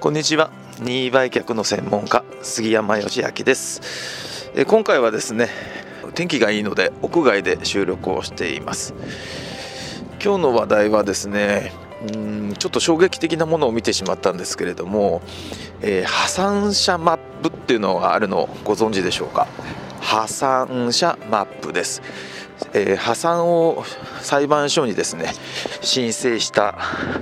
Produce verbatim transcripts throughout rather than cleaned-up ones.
こんにちは。任意売却の専門家杉山義明です。え今回はですね、天気がいいので屋外で収録をしています。今日の話題はですね、うーんちょっと衝撃的なものを見てしまったんですけれども、えー、破産者マップっていうのがあるのをご存知でしょうか。破産者マップです。えー、破産を裁判所にですね申請した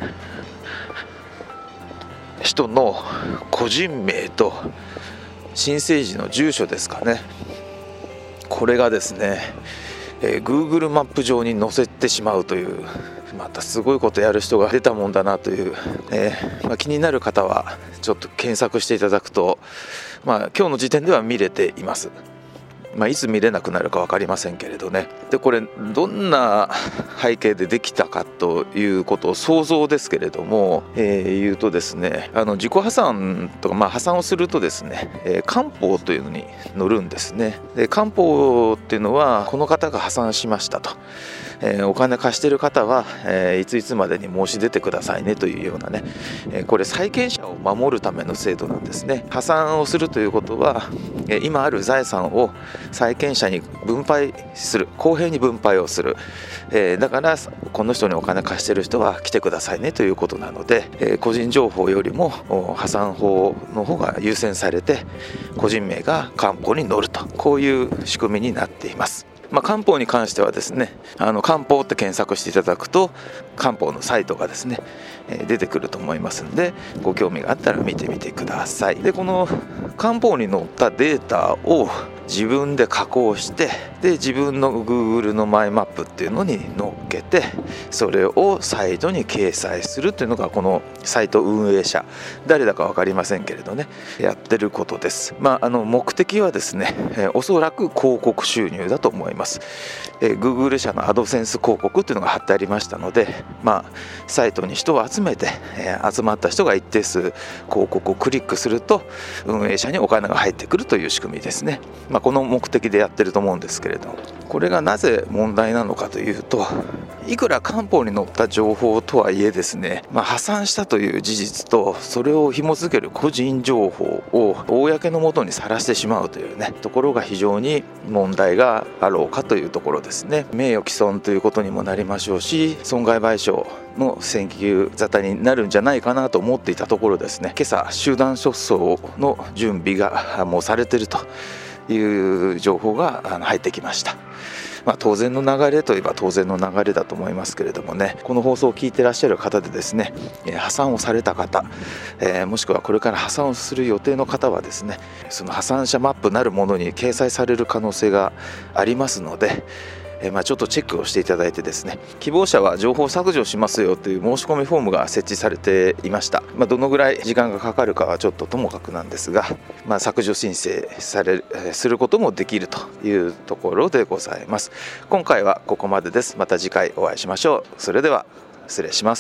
人の個人名と申請時の住所ですかね、これがですね、えー、Google マップ上に載せてしまうという、またすごいことやる人が出たもんだなという、えーまあ、気になる方はちょっと検索していただくと、まあ、今日の時点では見れています。まあ、いつ見れなくなるか分かりませんけれどね。でこれどんな背景でできたかということを想像ですけれども、えー、言うとですね、あの自己破産とか、まあ、破産をするとですね、えー、官報というのに載るんですね。で官報っていうのはこの方が破産しましたと、えー、お金貸してる方は、えー、いついつまでに申し出てくださいねというようなね、えー、これ債権者を守るための制度なんですね。破産をするということは、えー、今ある財産を債権者に分配する、公平に分配をする、えー、だからこの人にお金貸してる人は来てくださいねということなので、えー、個人情報よりも破産法の方が優先されて個人名が官報に載ると、こういう仕組みになっています。まあ、官報に関してはですね、あの官報って検索していただくと官報のサイトがですね、えー、出てくると思いますので、ご興味があったら見てみてください。でこの官報に載ったデータを自分で加工して、で自分の Google のマイマップっていうのに載っけて、それをサイトに掲載するっていうのがこのサイト運営者、誰だか分かりませんけれどね、やってることです。まあ、あの目的はですね、えー、おそらく広告収入だと思います。えー、Google 社のアドセンス広告っていうのが貼ってありましたので、まあ、サイトに人を集めて、えー、集まった人が一定数広告をクリックすると運営者にお金が入ってくるという仕組みですね。まあ、この目的でやってると思うんですけれど、これがなぜ問題なのかというと、いくら官報に載った情報とはいえですね、まあ、破産したという事実とそれを紐付ける個人情報を公のもとにさらしてしまうというねところが非常に問題があろうかというところですね。名誉毀損ということにもなりましょうし、損害賠償の請求沙汰になるんじゃないかなと思っていたところですね、今朝集団訴訟の準備がもうされているという情報が入ってきました。まあ、当然の流れといえば当然の流れだと思いますけれどもね、この放送を聞いてらっしゃる方でですね、破産をされた方、えー、もしくはこれから破産をする予定の方はですね、その破産者マップなるものに掲載される可能性がありますので、えーまあ、ちょっとチェックをしていただいてですね、希望者は情報削除しますよという申し込みフォームが設置されていました。まあ、どのぐらい時間がかかるかはちょっとともかくなんですが、まあ、削除申請されるすることもできるというところでございます。今回はここまでです。また次回お会いしましょう。それでは失礼します。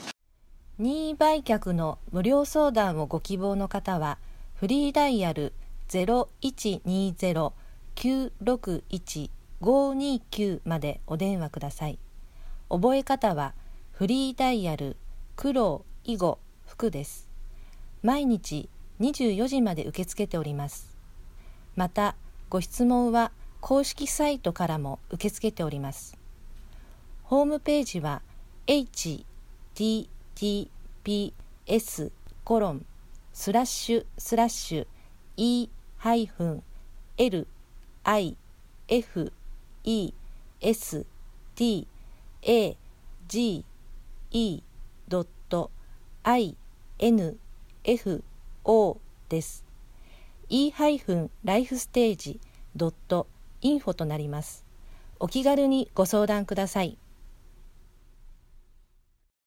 任意売却の無料相談をご希望の方はフリーダイヤル ゼロいちにゼロ きゅうろくいち ごにきゅう までお電話ください。覚え方はフリーダイヤル黒囲碁福です。毎日にじゅうよじまで受け付けております。またご質問は公式サイトからも受け付けております。ホームページは エイチティーティーピーエス コロンスラッシュスラッシュ イー エル アイ エフ イー エス ティー エー ジー イー ドット アイ エヌ エフ オー です。e ライフステージ ドット インフォ となります。お気軽にご相談ください。